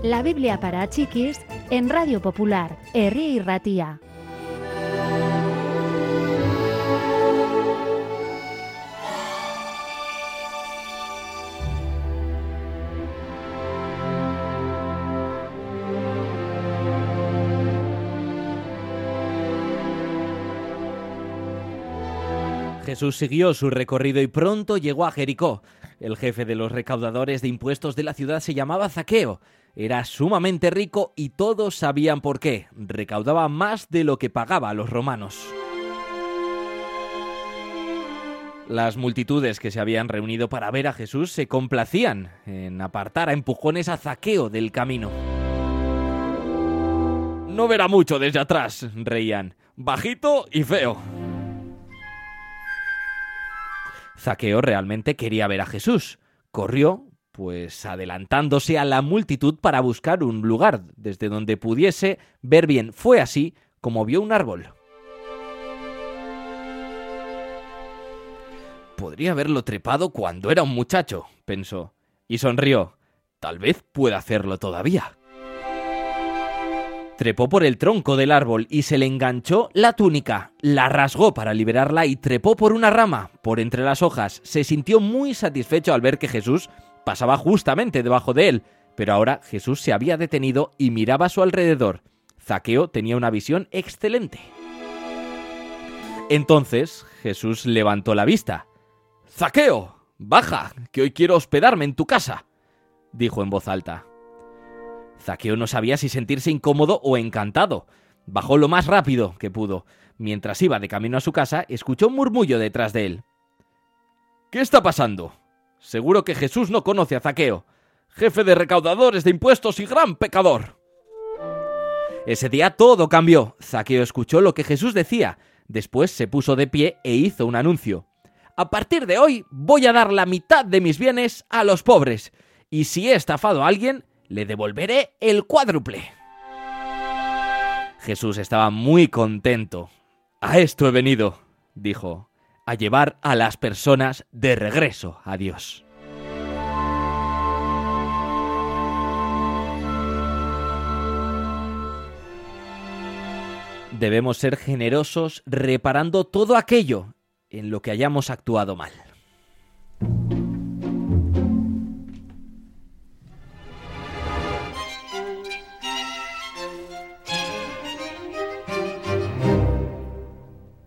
La Biblia para chiquis en Radio Popular, Herri y Ratia. Jesús siguió su recorrido y pronto llegó a Jericó. El jefe de los recaudadores de impuestos de la ciudad se llamaba Zaqueo. Era sumamente rico y todos sabían por qué. Recaudaba más de lo que pagaba a los romanos. Las multitudes que se habían reunido para ver a Jesús se complacían en apartar a empujones a Zaqueo del camino. «No verá mucho desde atrás», reían. «Bajito y feo». Zaqueo realmente quería ver a Jesús. Corrió, pues adelantándose a la multitud para buscar un lugar desde donde pudiese ver bien. Fue así como vio un árbol. Podría haberlo trepado cuando era un muchacho, pensó, y sonrió. Tal vez pueda hacerlo todavía. Trepó por el tronco del árbol y se le enganchó la túnica. La rasgó para liberarla y trepó por una rama, por entre las hojas. Se sintió muy satisfecho al ver que Jesús pasaba justamente debajo de él. Pero ahora Jesús se había detenido y miraba a su alrededor. Zaqueo tenía una visión excelente. Entonces Jesús levantó la vista. «Zaqueo, baja, que hoy quiero hospedarme en tu casa», dijo en voz alta. Zaqueo no sabía si sentirse incómodo o encantado. Bajó lo más rápido que pudo. Mientras iba de camino a su casa, escuchó un murmullo detrás de él. «¿Qué está pasando? Seguro que Jesús no conoce a Zaqueo, jefe de recaudadores de impuestos y gran pecador». Ese día todo cambió. Zaqueo escuchó lo que Jesús decía. Después se puso de pie e hizo un anuncio. «A partir de hoy voy a dar la mitad de mis bienes a los pobres. Y si he estafado a alguien, le devolveré el cuádruple». Jesús estaba muy contento. «A esto he venido», dijo, «a llevar a las personas de regreso a Dios». Debemos ser generosos reparando todo aquello en lo que hayamos actuado mal.